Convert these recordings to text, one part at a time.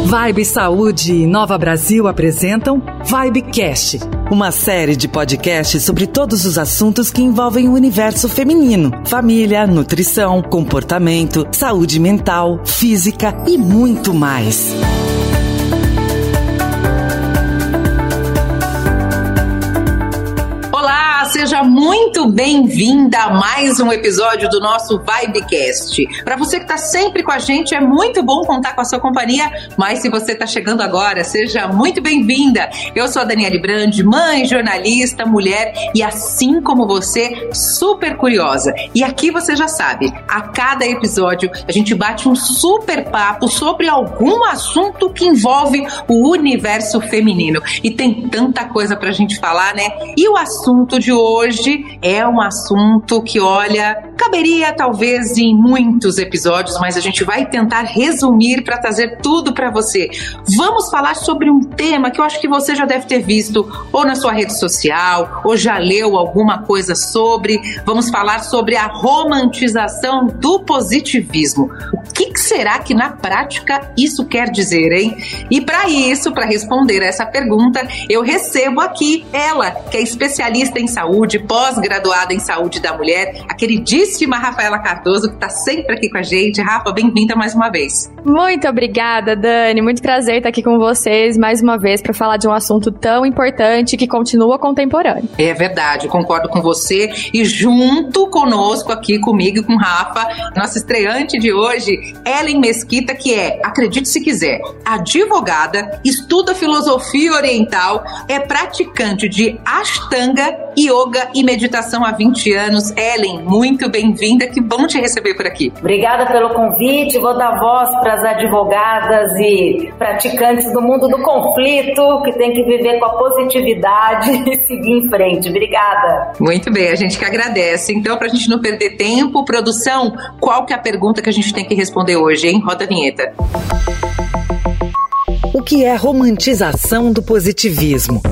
Vibe Saúde e Nova Brasil apresentam Vibecast, uma série de podcasts sobre todos os assuntos que envolvem o universo feminino: família, nutrição, comportamento, saúde mental, física e muito mais. Seja muito bem-vinda a mais um episódio do nosso Vibecast. Para você que está sempre com a gente, é muito bom contar com a sua companhia, mas se você está chegando agora, seja muito bem-vinda. Eu sou a Daniele Brandi, mãe, jornalista, mulher e, assim como você, super curiosa. E aqui você já sabe, a cada episódio a gente bate um super papo sobre algum assunto que envolve o universo feminino. E tem tanta coisa pra gente falar, né? E o assunto de hoje é um assunto que, olha, caberia talvez em muitos episódios, mas a gente vai tentar resumir para trazer tudo para você. Vamos falar sobre um tema que eu acho que você já deve ter visto ou na sua rede social, ou já leu alguma coisa sobre. Vamos falar sobre a romantização do positivismo. O que será que na prática isso quer dizer, hein? E para isso, para responder essa pergunta, eu recebo aqui ela, que é especialista em saúde, pós-graduada em saúde da mulher, a queridíssima Rafaela Cardoso, que está sempre aqui com a gente. Rafa, bem-vinda mais uma vez. Muito obrigada, Dani. Muito prazer estar aqui com vocês mais uma vez para falar de um assunto tão importante que continua contemporâneo. É verdade, eu concordo com você. E junto conosco aqui, comigo e com Rafa, nossa estreante de hoje, Ellen Mesquita, que é, acredite se quiser, advogada, estuda filosofia oriental, é praticante de Ashtanga, yoga e meditação há 20 anos. Ellen, muito bem-vinda, que bom te receber por aqui. Obrigada pelo convite, vou dar voz para as advogadas e praticantes do mundo do conflito, que tem que viver com a positividade e seguir em frente. Obrigada. Muito bem, a gente que agradece. Então, para a gente não perder tempo, produção, qual que é a pergunta que a gente tem que responder hoje, hein? Roda a vinheta. O que é romantização do positivismo?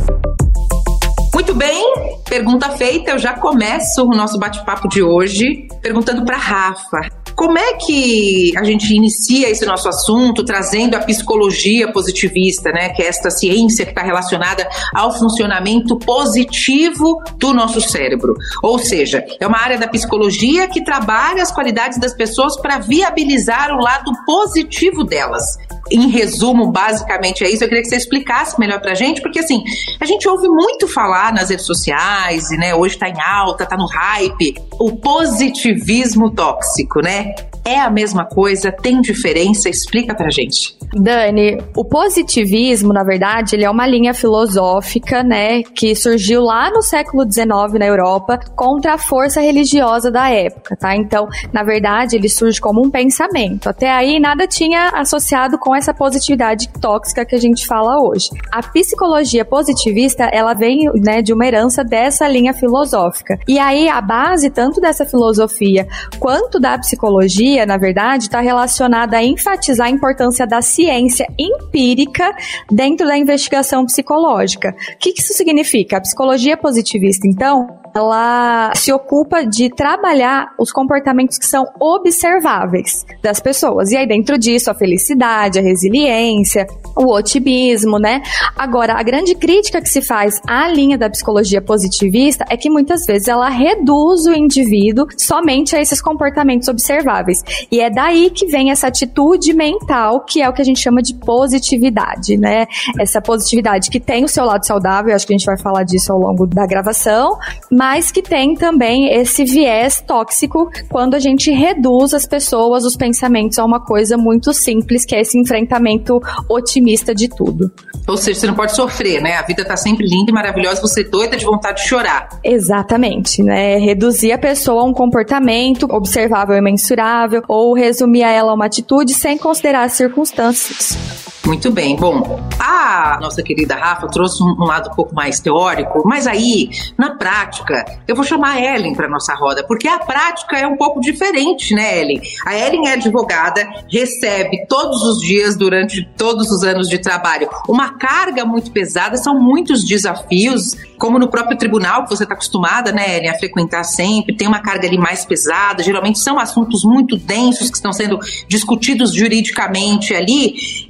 Muito bem, pergunta feita. Eu já começo o nosso bate-papo de hoje perguntando para Rafa. Como é que a gente inicia esse nosso assunto trazendo a psicologia positivista, né? Que é esta ciência que está relacionada ao funcionamento positivo do nosso cérebro. Ou seja, é uma área da psicologia que trabalha as qualidades das pessoas para viabilizar o lado positivo delas. Em resumo, basicamente é isso. Eu queria que você explicasse melhor pra gente, porque assim, a gente ouve muito falar nas redes sociais, e né, hoje tá em alta, tá no hype, o positivismo tóxico, né? É a mesma coisa? Tem diferença? Explica pra gente. Dani, o positivismo, na verdade, ele é uma linha filosófica, né, que surgiu lá no século XIX na Europa contra a força religiosa da época, tá? Então, na verdade, ele surge como um pensamento. Até aí, nada tinha associado com essa positividade tóxica que a gente fala hoje. A psicologia positivista, ela vem, né, de uma herança dessa linha filosófica. E aí, a base tanto dessa filosofia quanto da psicologia, na verdade, está relacionada a enfatizar a importância da ciência empírica dentro da investigação psicológica. O que isso significa? A psicologia positivista, então, ela se ocupa de trabalhar os comportamentos que são observáveis das pessoas. E aí, dentro disso, a felicidade, a resiliência, o otimismo, né? Agora, a grande crítica que se faz à linha da psicologia positivista é que muitas vezes ela reduz o indivíduo somente a esses comportamentos observáveis. E é daí que vem essa atitude mental, que é o que a gente chama de positividade, né? Essa positividade que tem o seu lado saudável, acho que a gente vai falar disso ao longo da gravação, mas que tem também esse viés tóxico quando a gente reduz as pessoas, os pensamentos a uma coisa muito simples, que é esse enfrentamento otimista de tudo. Ou seja, você não pode sofrer, né? A vida tá sempre linda e maravilhosa, você é doida de vontade de chorar. Exatamente, né? Reduzir a pessoa a um comportamento observável e mensurável, ou resumir a ela uma atitude sem considerar as circunstâncias. Muito bem. Bom, a nossa querida Rafa trouxe um lado um pouco mais teórico, mas aí, na prática, eu vou chamar a Ellen para nossa roda, porque a prática é um pouco diferente, né, Ellen? A Ellen é advogada, recebe todos os dias, durante todos os anos de trabalho, uma carga muito pesada, são muitos desafios, como no próprio tribunal, que você está acostumada, né, Ellen, a frequentar sempre, tem uma carga ali mais pesada, geralmente são assuntos muito densos que estão sendo discutidos juridicamente ali, e o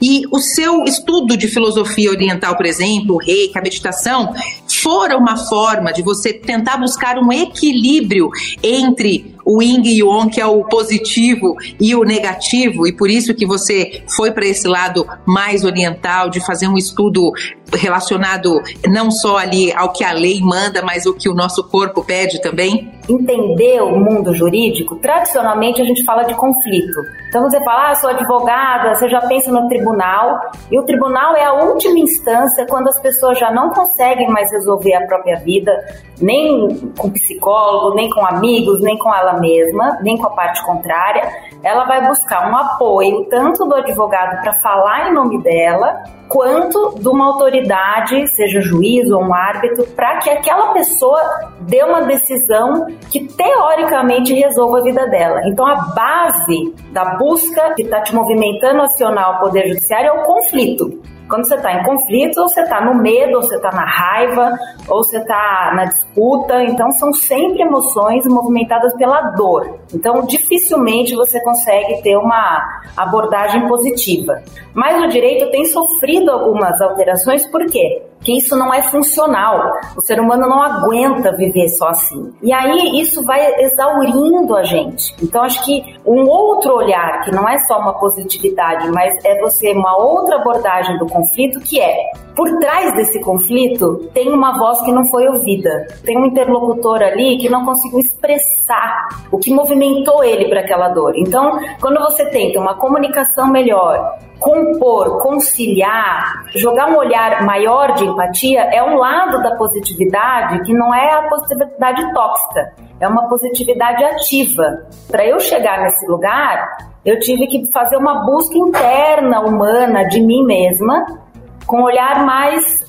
seu estudo de filosofia oriental, por exemplo, o reiki, a meditação, fora uma forma de você tentar buscar um equilíbrio entre o yin e o yang, que é o positivo e o negativo, e por isso que você foi para esse lado mais oriental, de fazer um estudo relacionado não só ali ao que a lei manda, mas o que o nosso corpo pede também? Entender o mundo jurídico, tradicionalmente a gente fala de conflito. Então você fala, sou advogada, você já pensa no tribunal, e o tribunal é a última instância quando as pessoas já não conseguem mais resolver a própria vida, nem com psicólogo, nem com amigos, nem com ela mesma, nem com a parte contrária. Ela vai buscar um apoio tanto do advogado para falar em nome dela, quanto de uma autoridade, seja juiz ou um árbitro, para que aquela pessoa dê uma decisão que teoricamente resolva a vida dela. Então a base da busca que está te movimentando a acionar o Poder Judiciário é o conflito. Quando você está em conflito, ou você está no medo, ou você está na raiva, ou você está na disputa. Então, são sempre emoções movimentadas pela dor. Então, dificilmente você consegue ter uma abordagem positiva. Mas o direito tem sofrido algumas alterações, por quê? Porque isso não é funcional. O ser humano não aguenta viver só assim. E aí, isso vai exaurindo a gente. Então, acho que um outro olhar, que não é só uma positividade, mas é você uma outra abordagem do conflito, que é, por trás desse conflito, tem uma voz que não foi ouvida. Tem um interlocutor ali que não conseguiu expressar o que movimentou ele para aquela dor. Então, quando você tenta uma comunicação melhor, compor, conciliar, jogar um olhar maior de empatia, é um lado da positividade que não é a positividade tóxica, é uma positividade ativa. Para eu chegar nesse lugar, eu tive que fazer uma busca interna, humana, de mim mesma, com um olhar mais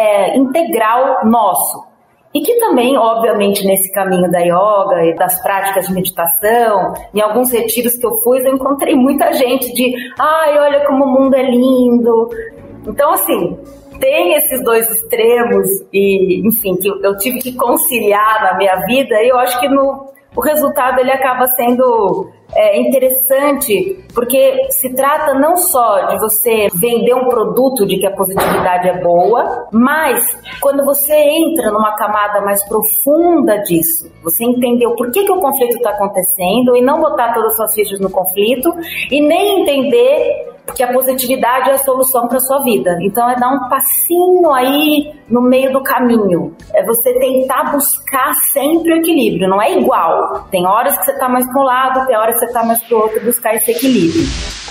integral nosso. E que também, obviamente, nesse caminho da yoga e das práticas de meditação, em alguns retiros que eu fui, eu encontrei muita gente de ai, olha como o mundo é lindo. Então, assim, tem esses dois extremos e, enfim, que eu tive que conciliar na minha vida, e eu acho que o resultado ele acaba sendo interessante, porque se trata não só de você vender um produto de que a positividade é boa, mas quando você entra numa camada mais profunda disso, você entendeu por que o conflito está acontecendo e não botar todas as suas fichas no conflito e nem entender que a positividade é a solução para sua vida. Então é dar um passinho aí no meio do caminho. É você tentar buscar sempre o equilíbrio. Não é igual. Tem horas que você está mais para um lado, tem horas que você está mais para o outro, buscar esse equilíbrio.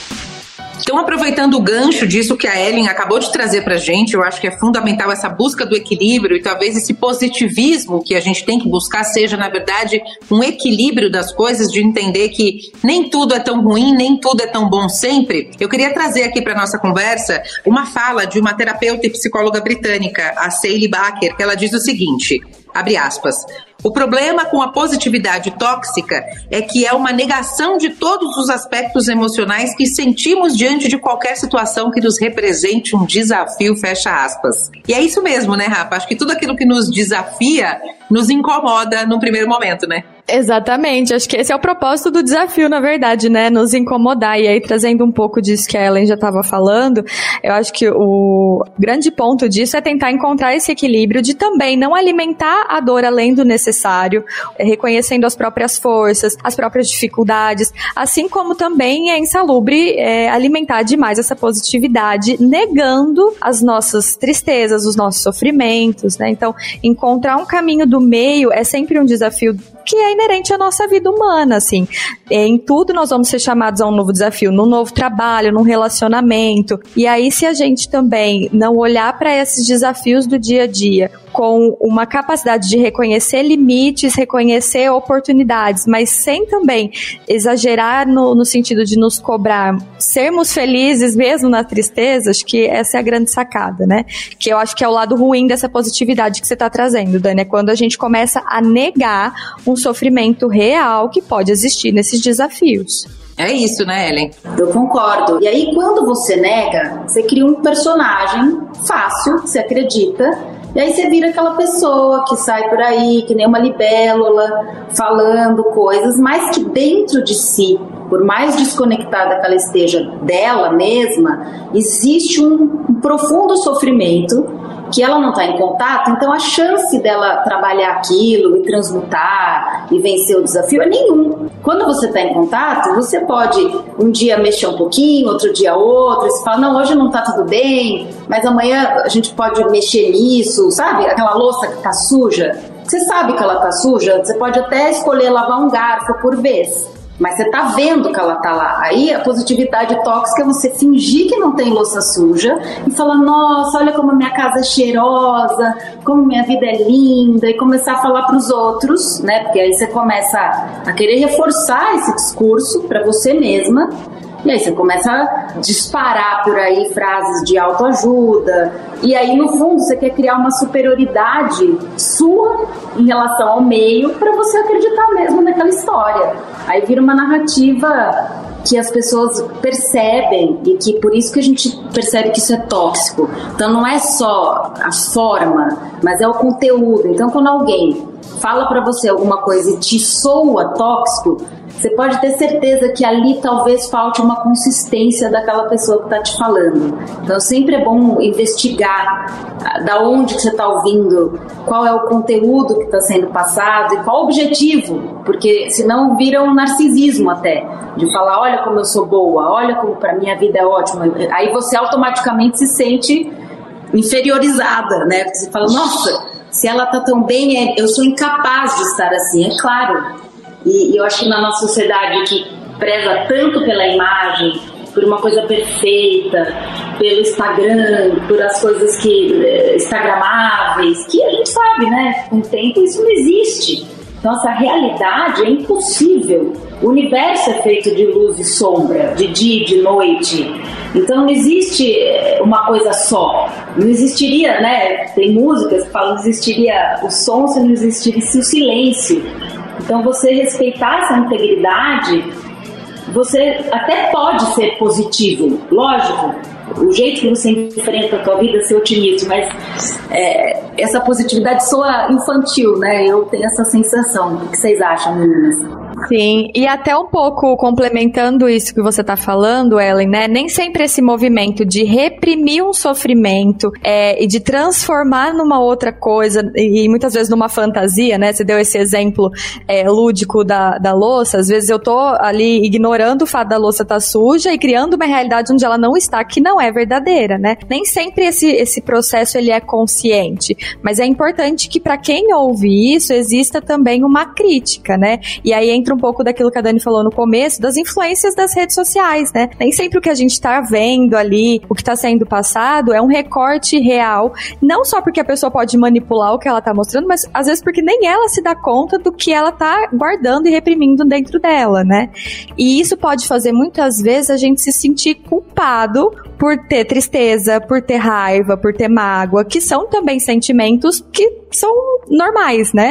Então, aproveitando o gancho disso que a Ellen acabou de trazer pra gente, eu acho que é fundamental essa busca do equilíbrio e talvez esse positivismo que a gente tem que buscar seja, na verdade, um equilíbrio das coisas, de entender que nem tudo é tão ruim, nem tudo é tão bom sempre. Eu queria trazer aqui pra nossa conversa uma fala de uma terapeuta e psicóloga britânica, a Sally Baker, que ela diz o seguinte, abre aspas, o problema com a positividade tóxica é que é uma negação de todos os aspectos emocionais que sentimos diante de qualquer situação que nos represente um desafio, fecha aspas. E é isso mesmo, né, Rafa? Acho que tudo aquilo que nos desafia nos incomoda no primeiro momento, né? Exatamente, acho que esse é o propósito do desafio, na verdade, né, nos incomodar. E aí, trazendo um pouco disso que a Ellen já estava falando, eu acho que o grande ponto disso é tentar encontrar esse equilíbrio de também não alimentar a dor além do necessário, reconhecendo as próprias forças, as próprias dificuldades, assim como também é insalubre alimentar demais essa positividade, negando as nossas tristezas, os nossos sofrimentos, né? Então, encontrar um caminho do meio é sempre um desafio que é inerente à nossa vida humana, assim. Em tudo nós vamos ser chamados a um novo desafio, num novo trabalho, num relacionamento. E aí, se a gente também não olhar para esses desafios do dia a dia com uma capacidade de reconhecer limites, reconhecer oportunidades, mas sem também exagerar no sentido de nos cobrar, sermos felizes mesmo na tristeza, acho que essa é a grande sacada, né? Que eu acho que é o lado ruim dessa positividade que você está trazendo, Dani, é quando a gente começa a negar um sofrimento real que pode existir nesses desafios. É isso, né, Ellen? Eu concordo. E aí, quando você nega, você cria um personagem fácil, você acredita, e aí você vira aquela pessoa que sai por aí, que nem uma libélula, falando coisas, mas que dentro de si por mais desconectada que ela esteja dela mesma, existe um profundo sofrimento que ela não está em contato, então a chance dela trabalhar aquilo e transmutar e vencer o desafio é nenhum. Quando você está em contato, você pode um dia mexer um pouquinho, outro dia outro, e você fala, não, hoje não está tudo bem, mas amanhã a gente pode mexer nisso, sabe? Aquela louça que está suja, você sabe que ela está suja, você pode até escolher lavar um garfo por vez, mas você tá vendo que ela tá lá. Aí a positividade tóxica é você fingir que não tem louça suja e falar, nossa, olha como a minha casa é cheirosa, como minha vida é linda, e começar a falar pros outros, né? Porque aí você começa a querer reforçar esse discurso pra você mesma. E aí você começa a disparar por aí frases de autoajuda. E aí, no fundo, você quer criar uma superioridade sua em relação ao meio para você acreditar mesmo naquela história. Aí vira uma narrativa que as pessoas percebem e que por isso que a gente percebe que isso é tóxico. Então não é só a forma, mas é o conteúdo. Então quando alguém fala para você alguma coisa e te soa tóxico, você pode ter certeza que ali talvez falte uma consistência daquela pessoa que está te falando. Então sempre é bom investigar da onde que você está ouvindo, qual é o conteúdo que está sendo passado e qual o objetivo, porque senão vira um narcisismo até, de falar, olha como eu sou boa, olha como para mim a vida é ótima. Aí você automaticamente se sente inferiorizada, né? Porque você fala, nossa, se ela está tão bem, eu sou incapaz de estar assim, é claro. E eu acho que na nossa sociedade que preza tanto pela imagem, por uma coisa perfeita, pelo Instagram, por as coisas que instagramáveis, que a gente sabe, né? Com o tempo isso não existe. Então essa realidade é impossível. O universo é feito de luz e sombra, de dia e de noite. Então não existe uma coisa só. Não existiria, né? Tem músicas que falam que não existiria o som se não existisse o silêncio. Então você respeitar essa integridade, você até pode ser positivo, lógico, o jeito que você enfrenta a tua vida é ser otimista, mas essa positividade soa infantil, né? Eu tenho essa sensação. O que vocês acham, meninas? Sim, e até um pouco complementando isso que você tá falando, Ellen, né? Nem sempre esse movimento de reprimir um sofrimento e de transformar numa outra coisa, e muitas vezes numa fantasia, né? Você deu esse exemplo lúdico da louça. Às vezes eu tô ali ignorando o fato da louça tá suja e criando uma realidade onde ela não está, que não é verdadeira, né? Nem sempre esse processo ele é consciente, mas é importante que para quem ouve isso exista também uma crítica, né? E aí entra um pouco daquilo que a Dani falou no começo, das influências das redes sociais, né? Nem sempre o que a gente tá vendo ali, o que tá sendo passado, é um recorte real, não só porque a pessoa pode manipular o que ela tá mostrando, mas às vezes porque nem ela se dá conta do que ela tá guardando e reprimindo dentro dela, né? E isso pode fazer muitas vezes a gente se sentir culpado por ter tristeza, por ter raiva, por ter mágoa, que são também sentimentos que são normais, né?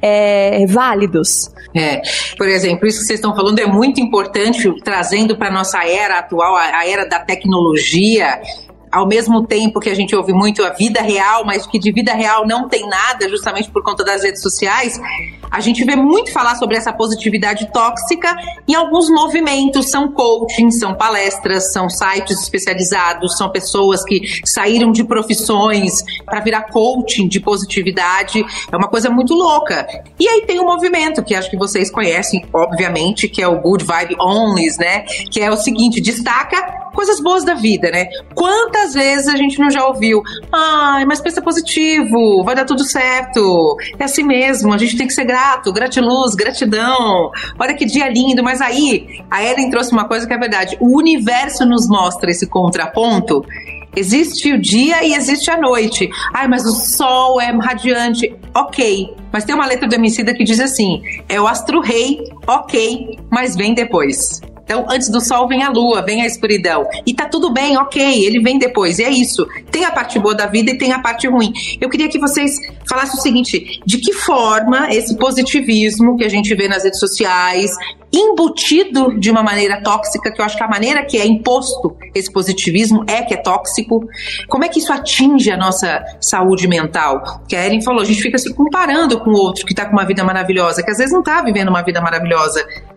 Válidos. Por exemplo, isso que vocês estão falando é muito importante, trazendo para a nossa era atual, a era da tecnologia, ao mesmo tempo que a gente ouve muito a vida real, mas que de vida real não tem nada, justamente por conta das redes sociais, a gente vê muito falar sobre essa positividade tóxica em alguns movimentos, são coaching, são palestras, são sites especializados, são pessoas que saíram de profissões para virar coaching de positividade, é uma coisa muito louca. E aí tem um movimento que acho que vocês conhecem, obviamente, que é o Good Vibe Onlys, né? Que é o seguinte, destaca coisas boas da vida, né? Quantas vezes a gente não já ouviu? Ai, mas pensa positivo, vai dar tudo certo, é assim mesmo, a gente tem que ser grato, gratiluz, gratidão, olha que dia lindo. Mas aí, a Ellen trouxe uma coisa que é verdade, o universo nos mostra esse contraponto. Existe o dia e existe a noite. Ai, mas o sol é radiante. Ok, mas tem uma letra do Emicida que diz assim, é o astro-rei, ok, mas vem depois. Então, antes do sol vem a lua, vem a escuridão. E tá tudo bem, ok, ele vem depois. E é isso. Tem a parte boa da vida e tem a parte ruim. Eu queria que vocês falassem o seguinte, de que forma esse positivismo que a gente vê nas redes sociais, embutido de uma maneira tóxica, que eu acho que a maneira que é imposto esse positivismo que é tóxico, como é que isso atinge a nossa saúde mental? Que a Ellen falou, a gente fica se comparando com o outro que tá com uma vida maravilhosa, que às vezes não tá vivendo uma vida maravilhosa.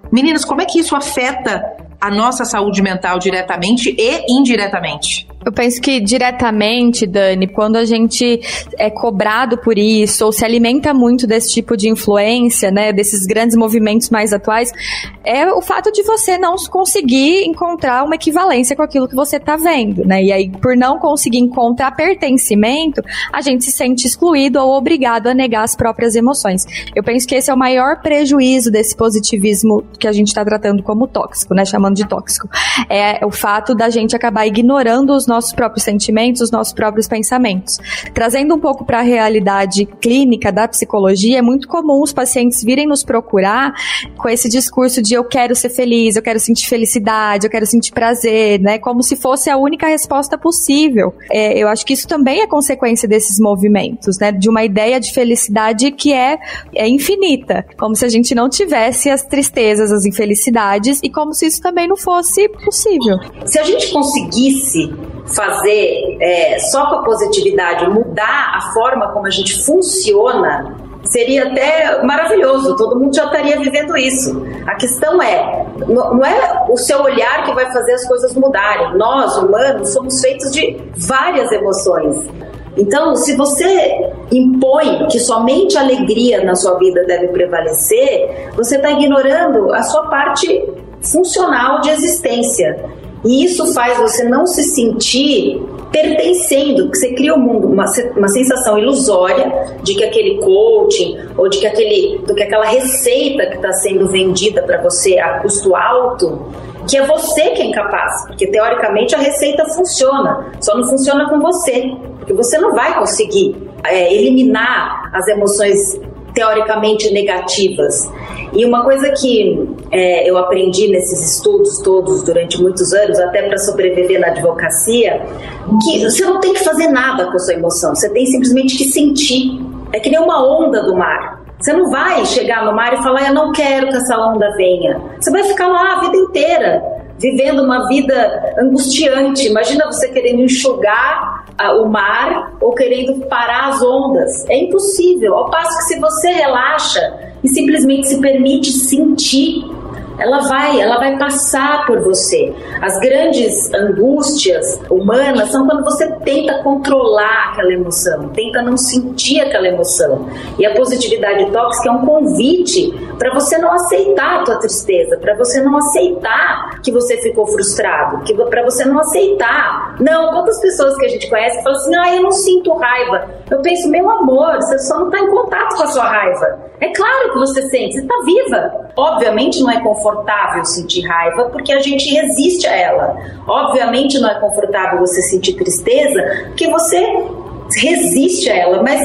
Meninos, como é que isso afeta a nossa saúde mental diretamente e indiretamente? Eu penso que diretamente, Dani, quando a gente é cobrado por isso ou se alimenta muito desse tipo de influência, né, desses grandes movimentos mais atuais, é o fato de você não conseguir encontrar uma equivalência com aquilo que você está vendo, né? E aí, por não conseguir encontrar pertencimento, a gente se sente excluído ou obrigado a negar as próprias emoções. Eu penso que esse é o maior prejuízo desse positivismo que a gente está tratando como tóxico, né, chamando de tóxico. É o fato da gente acabar ignorando os nossos próprios sentimentos, os nossos próprios pensamentos. Trazendo um pouco para a realidade clínica da psicologia, é muito comum os pacientes virem nos procurar com esse discurso de eu quero ser feliz, eu quero sentir felicidade, eu quero sentir prazer, né? Como se fosse a única resposta possível. Eu acho que isso também é consequência desses movimentos, né? De uma ideia de felicidade que é infinita. Como se a gente não tivesse as tristezas, as infelicidades, e como se isso também não fosse possível. Se a gente conseguisse fazer só com a positividade, mudar a forma como a gente funciona, seria até maravilhoso, todo mundo já estaria vivendo isso. A questão não é o seu olhar que vai fazer as coisas mudarem. Nós, humanos, somos feitos de várias emoções. Então, se você impõe que somente a alegria na sua vida deve prevalecer, você está ignorando a sua parte funcional de existência. E isso faz você não se sentir pertencendo, porque você cria uma sensação ilusória de que aquele coaching ou de que aquela receita que está sendo vendida para você a custo alto, que é você que é incapaz, porque teoricamente a receita funciona, só não funciona com você, porque você não vai conseguir eliminar as emoções teoricamente negativas. E uma coisa que eu aprendi nesses estudos todos durante muitos anos, até para sobreviver na advocacia, que você não tem que fazer nada com a sua emoção, você tem simplesmente que sentir. É que nem uma onda do mar. Você não vai chegar no mar e falar, eu não quero que essa onda venha. Você vai ficar lá a vida inteira, vivendo uma vida angustiante. Imagina você querendo enxugar o mar ou querendo parar as ondas. É impossível. Ao passo que se você relaxa e simplesmente se permite sentir, ela vai passar por você. As grandes angústias humanas são quando você tenta controlar aquela emoção, tenta não sentir aquela emoção. E a positividade tóxica é um convite para você não aceitar a tua tristeza, para você não aceitar que você ficou frustrado, para você não aceitar. Não, quantas pessoas que a gente conhece que falam assim, eu não sinto raiva. Eu penso, meu amor, você só não está em contato com a sua raiva. É claro que você sente, você está viva. Obviamente não é confortável sentir raiva, porque a gente resiste a ela. Obviamente não é confortável você sentir tristeza, porque você resiste a ela, mas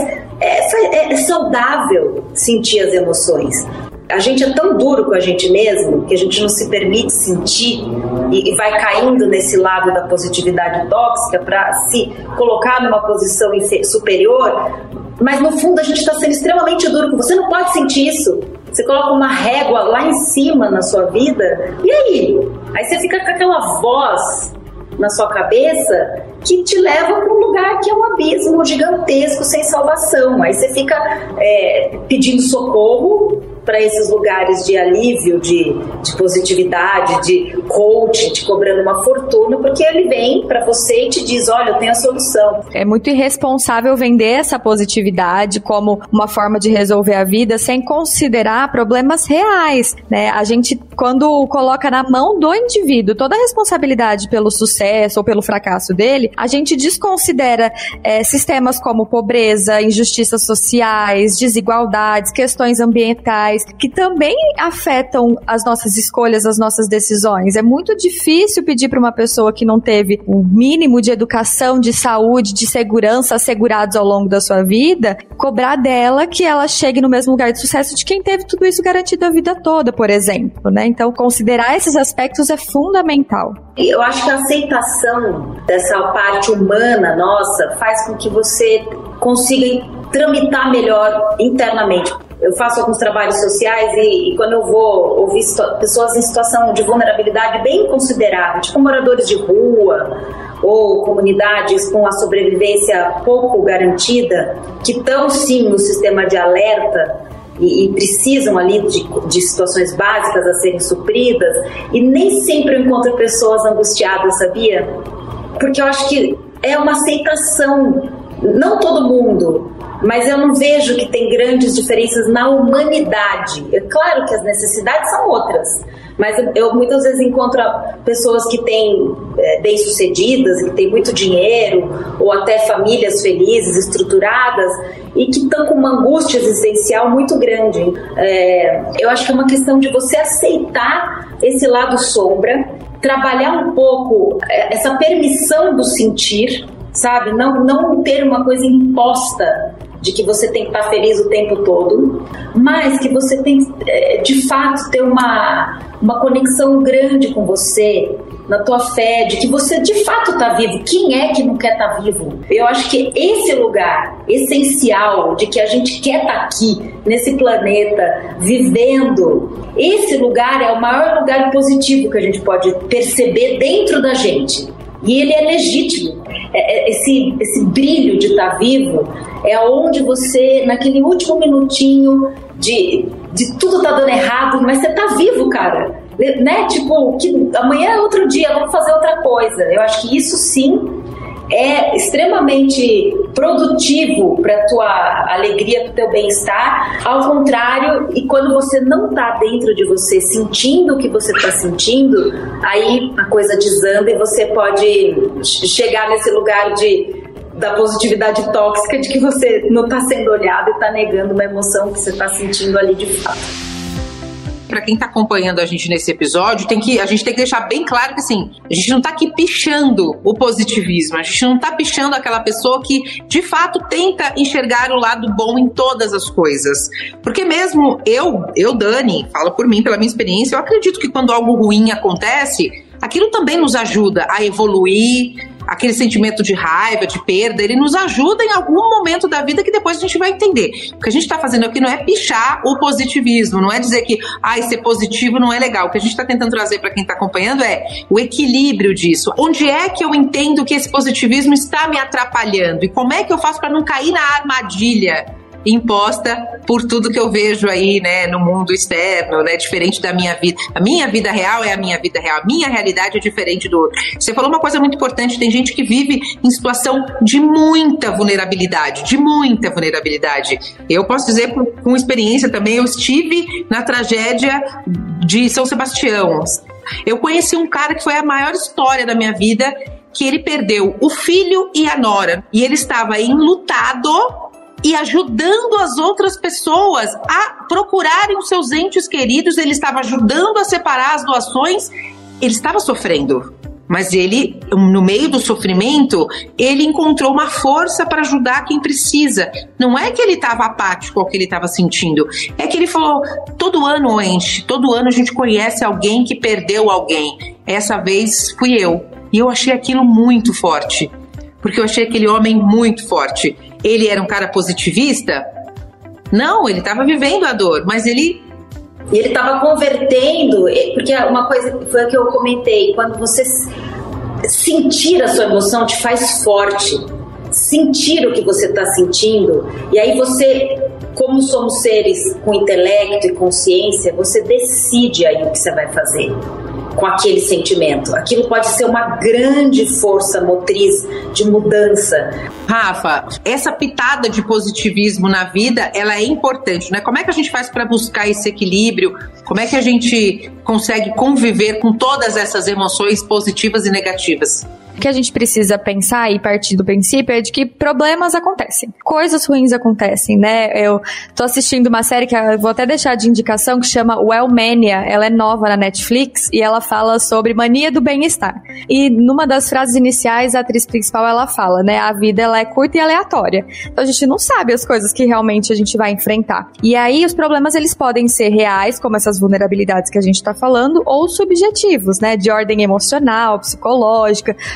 é saudável sentir as emoções. A gente é tão duro com a gente mesmo que a gente não se permite sentir e vai caindo nesse lado da positividade tóxica para se colocar numa posição superior, mas no fundo a gente está sendo extremamente duro com você. Não pode sentir isso. Você coloca uma régua lá em cima na sua vida, e aí? Aí você fica com aquela voz na sua cabeça que te leva para um lugar que é um abismo gigantesco sem salvação. Aí você fica pedindo socorro para esses lugares de alívio, de positividade, de coach, te cobrando uma fortuna, porque ele vem para você e te diz, olha, eu tenho a solução. É muito irresponsável vender essa positividade como uma forma de resolver a vida sem considerar problemas reais, né? A gente, quando coloca na mão do indivíduo toda a responsabilidade pelo sucesso ou pelo fracasso dele, a gente desconsidera sistemas como pobreza, injustiças sociais, desigualdades, questões ambientais, que também afetam as nossas escolhas, as nossas decisões. É muito difícil pedir para uma pessoa que não teve o mínimo de educação, de saúde, de segurança assegurados ao longo da sua vida, cobrar dela que ela chegue no mesmo lugar de sucesso de quem teve tudo isso garantido a vida toda, por exemplo, né? Então, considerar esses aspectos é fundamental. Eu acho que a aceitação dessa parte humana nossa faz com que você consiga tramitar melhor internamente. Eu faço alguns trabalhos sociais e quando eu vou ouvir pessoas em situação de vulnerabilidade bem considerável, tipo moradores de rua ou comunidades com a sobrevivência pouco garantida, que estão sim no sistema de alerta e precisam ali de situações básicas a serem supridas, e nem sempre eu encontro pessoas angustiadas, sabia? Porque eu acho que é uma aceitação, não todo mundo, mas eu não vejo que tem grandes diferenças na humanidade. É claro que as necessidades são outras, mas eu muitas vezes encontro pessoas que têm bem-sucedidas, que têm muito dinheiro, ou até famílias felizes, estruturadas, e que estão com uma angústia existencial muito grande. Eu acho que é uma questão de você aceitar esse lado sombra, trabalhar um pouco essa permissão do sentir, sabe? Não ter uma coisa imposta de que você tem que estar feliz o tempo todo, mas que você tem de fato ter uma conexão grande com você, na tua fé, de que você de fato está vivo. Quem é que não quer estar vivo? Eu acho que esse lugar essencial de que a gente quer estar aqui, nesse planeta, vivendo, esse lugar é o maior lugar positivo que a gente pode perceber dentro da gente. E ele é legítimo. Esse brilho de estar vivo é onde você, naquele último minutinho de tudo tá dando errado, mas você tá vivo, cara. Né? Tipo, que amanhã é outro dia, vamos fazer outra coisa. Eu acho que isso sim é extremamente produtivo para a tua alegria, para o teu bem-estar. Ao contrário, e quando você não está dentro de você, sentindo o que você está sentindo, aí a coisa desanda e você pode chegar nesse lugar da positividade tóxica, de que você não está sendo olhado e está negando uma emoção que você está sentindo ali de fato. Para quem está acompanhando a gente nesse episódio, a gente tem que deixar bem claro que assim, a gente não está aqui pichando o positivismo, a gente não está pichando aquela pessoa que de fato tenta enxergar o lado bom em todas as coisas. Porque mesmo eu, Dani, falo por mim, pela minha experiência, eu acredito que quando algo ruim acontece, aquilo também nos ajuda a evoluir. Aquele sentimento de raiva, de perda, ele nos ajuda em algum momento da vida que depois a gente vai entender. O que a gente está fazendo aqui não é pichar o positivismo, não é dizer que ser positivo não é legal. O que a gente está tentando trazer para quem está acompanhando é o equilíbrio disso. Onde é que eu entendo que esse positivismo está me atrapalhando? E como é que eu faço para não cair na armadilha imposta por tudo que eu vejo aí, né, no mundo externo, né, diferente da minha vida. A minha vida real é a minha vida real, a minha realidade é diferente do outro. Você falou uma coisa muito importante, tem gente que vive em situação de muita vulnerabilidade, Eu posso dizer com experiência também, eu estive na tragédia de São Sebastião. Eu conheci um cara que foi a maior história da minha vida, que ele perdeu o filho e a nora, e ele estava enlutado e ajudando as outras pessoas a procurarem os seus entes queridos. Ele estava ajudando a separar as doações. Ele estava sofrendo, mas ele, no meio do sofrimento, ele encontrou uma força para ajudar quem precisa. Não é que ele estava apático ao que ele estava sentindo, é que ele falou, todo ano a gente conhece alguém que perdeu alguém. Essa vez fui eu. E eu achei aquilo muito forte, porque eu achei aquele homem muito forte. Ele era um cara positivista? Não, ele estava vivendo a dor, mas ele estava convertendo, porque uma coisa foi o que eu comentei, quando você sentir a sua emoção te faz forte, sentir o que você está sentindo, e aí você, como somos seres com intelecto e consciência, você decide aí o que você vai fazer com aquele sentimento. Aquilo pode ser uma grande força motriz de mudança. Rafa, essa pitada de positivismo na vida, ela é importante, né? Como é que a gente faz para buscar esse equilíbrio? Como é que a gente consegue conviver com todas essas emoções positivas e negativas? O que a gente precisa pensar e partir do princípio é de que problemas acontecem, coisas ruins acontecem, né? Eu tô assistindo uma série que eu vou até deixar de indicação, que chama Wellmania. Ela é nova na Netflix e ela fala sobre mania do bem-estar. E numa das frases iniciais, a atriz principal, ela fala, né? A vida, ela é curta e aleatória. Então a gente não sabe as coisas que realmente a gente vai enfrentar. E aí os problemas, eles podem ser reais, como essas vulnerabilidades que a gente tá falando, ou subjetivos, né? De ordem emocional, psicológica,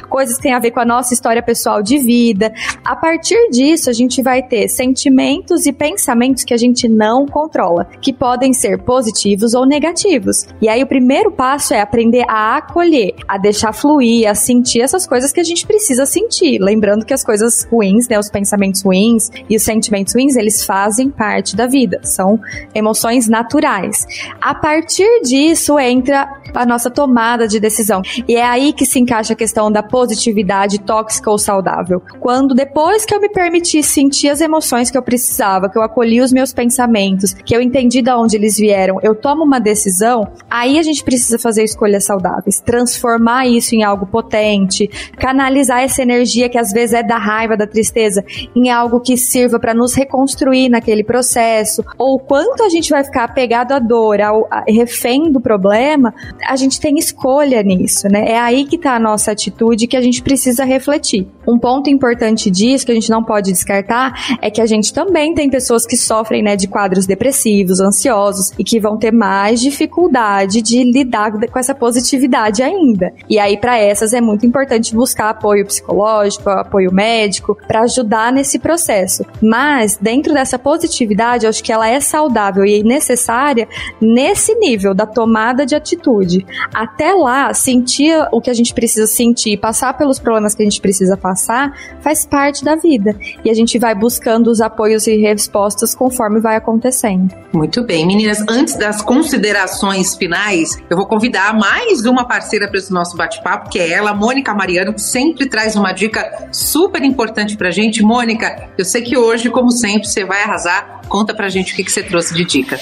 coisas que têm a ver com a nossa história pessoal de vida. A partir disso, a gente vai ter sentimentos e pensamentos que a gente não controla, que podem ser positivos ou negativos. E aí o primeiro passo é aprender a acolher, a deixar fluir, a sentir essas coisas que a gente precisa sentir. Lembrando que as coisas ruins, né, os pensamentos ruins e os sentimentos ruins, eles fazem parte da vida, são emoções naturais. A partir disso entra a nossa tomada de decisão. E é aí que se encaixa a questão da positividade tóxica ou saudável. Quando depois que eu me permiti sentir as emoções que eu precisava, que eu acolhi os meus pensamentos, que eu entendi de onde eles vieram, eu tomo uma decisão, aí a gente precisa fazer escolhas saudáveis, transformar isso em algo potente, canalizar essa energia que às vezes é da raiva, da tristeza, em algo que sirva para nos reconstruir naquele processo, ou quanto a gente vai ficar apegado à dor, ao refém do problema, a gente tem escolha nisso, né? É aí que tá a nossa atitude que a gente precisa refletir. Um ponto importante disso, que a gente não pode descartar, é que a gente também tem pessoas que sofrem, né, de quadros depressivos, ansiosos, e que vão ter mais dificuldade de lidar com essa positividade ainda. E aí, para essas, é muito importante buscar apoio psicológico, apoio médico, para ajudar nesse processo. Mas, dentro dessa positividade, eu acho que ela é saudável e necessária nesse nível da tomada de atitude. Até lá, sentir o que a gente precisa sentir, passar pelos problemas que a gente precisa passar, faz parte da vida. E a gente vai buscando os apoios e respostas conforme vai acontecendo. Muito bem, meninas, antes das considerações finais, eu vou convidar mais uma parceira para esse nosso bate-papo, que é ela, Mônica Mariano, que sempre traz uma dica super importante pra gente. Mônica, eu sei que hoje, como sempre, você vai arrasar. Conta pra gente o que você trouxe de dica.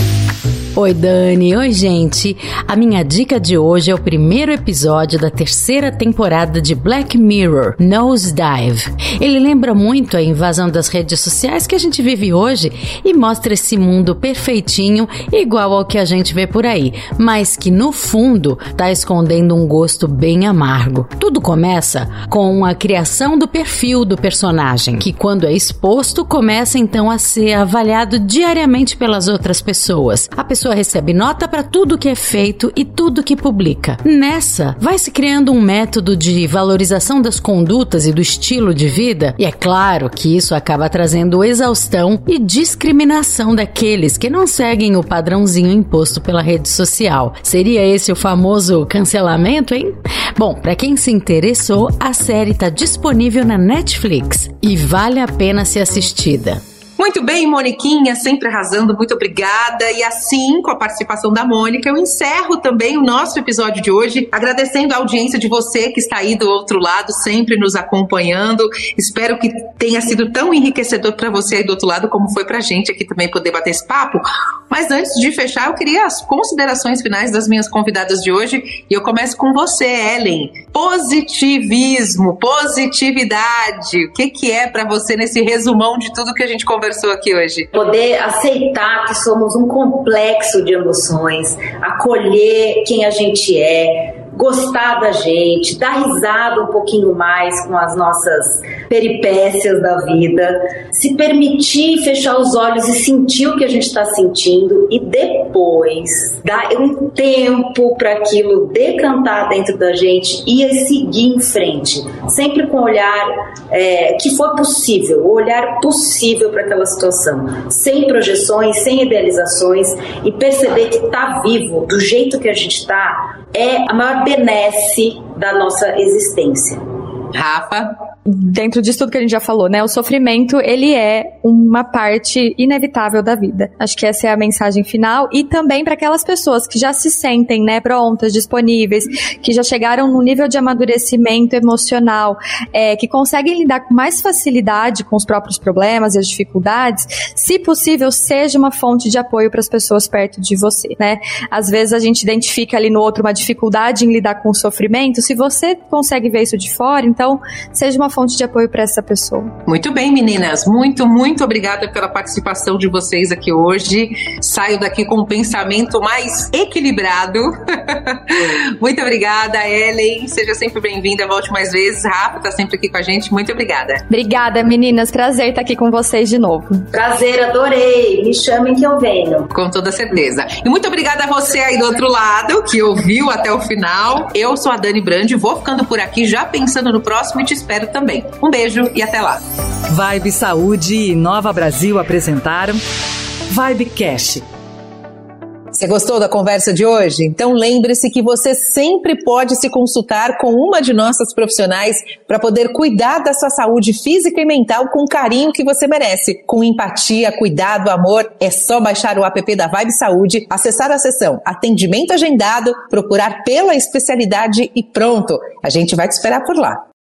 Oi, Dani. Oi, gente. A minha dica de hoje é o primeiro episódio da 3ª temporada de Black Mirror, Nosedive. Ele lembra muito a invasão das redes sociais que a gente vive hoje e mostra esse mundo perfeitinho, igual ao que a gente vê por aí, mas que no fundo tá escondendo um gosto bem amargo. Tudo começa com a criação do perfil do personagem, que quando é exposto, começa então a ser avaliado diariamente pelas outras pessoas. A pessoa recebe nota para tudo que é feito e tudo que publica. Nessa, vai se criando um método de valorização das condutas e do estilo de vida, e é claro que isso acaba trazendo exaustão e discriminação daqueles que não seguem o padrãozinho imposto pela rede social. Seria esse o famoso cancelamento, hein? Bom, para quem se interessou, a série está disponível na Netflix e vale a pena ser assistida. Muito bem, Moniquinha, sempre arrasando, muito obrigada. E assim, com a participação da Mônica, eu encerro também o nosso episódio de hoje, agradecendo a audiência de você que está aí do outro lado, sempre nos acompanhando. Espero que tenha sido tão enriquecedor para você aí do outro lado, como foi pra gente aqui também poder bater esse papo. Mas antes de fechar, eu queria as considerações finais das minhas convidadas de hoje, e eu começo com você, Ellen. Positivismo, positividade, o que é para você nesse resumão de tudo que a gente conversou aqui hoje? Poder aceitar que somos um complexo de emoções, acolher quem a gente é, gostar da gente, dar risada um pouquinho mais com as nossas peripécias da vida, se permitir fechar os olhos e sentir o que a gente está sentindo e depois dar um tempo para aquilo decantar dentro da gente e seguir em frente, sempre com o olhar que for possível, o olhar possível para aquela situação, sem projeções, sem idealizações, e perceber que tá vivo do jeito que a gente está é a maior benesse da nossa existência. Rafa? Dentro disso tudo que a gente já falou, né? O sofrimento, ele é uma parte inevitável da vida. Acho que essa é a mensagem final. E também para aquelas pessoas que já se sentem, né, prontas, disponíveis, que já chegaram num nível de amadurecimento emocional, que conseguem lidar com mais facilidade com os próprios problemas e as dificuldades, se possível, seja uma fonte de apoio para as pessoas perto de você, né? Às vezes a gente identifica ali no outro uma dificuldade em lidar com o sofrimento. Se você consegue ver isso de fora, então seja uma fonte de apoio para essa pessoa. Muito bem, meninas. Muito, muito obrigada pela participação de vocês aqui hoje. Saio daqui com um pensamento mais equilibrado. Muito obrigada, Ellen. Seja sempre bem-vinda. Volte mais vezes. Rafa está sempre aqui com a gente. Muito obrigada. Obrigada, meninas. Prazer estar aqui com vocês de novo. Prazer, adorei. Me chamem que eu venho. Com toda certeza. E muito obrigada a você aí do outro lado, que ouviu até o final. Eu sou a Dani Brandi, vou ficando por aqui já pensando no próximo e te espero também. Um beijo e até lá. Vibe Saúde e Nova Brasil apresentaram Vibecast. Você gostou da conversa de hoje? Então lembre-se que você sempre pode se consultar com uma de nossas profissionais para poder cuidar da sua saúde física e mental com o carinho que você merece. Com empatia, cuidado, amor, é só baixar o app da Vibe Saúde, acessar a seção Atendimento Agendado, procurar pela especialidade e pronto, a gente vai te esperar por lá.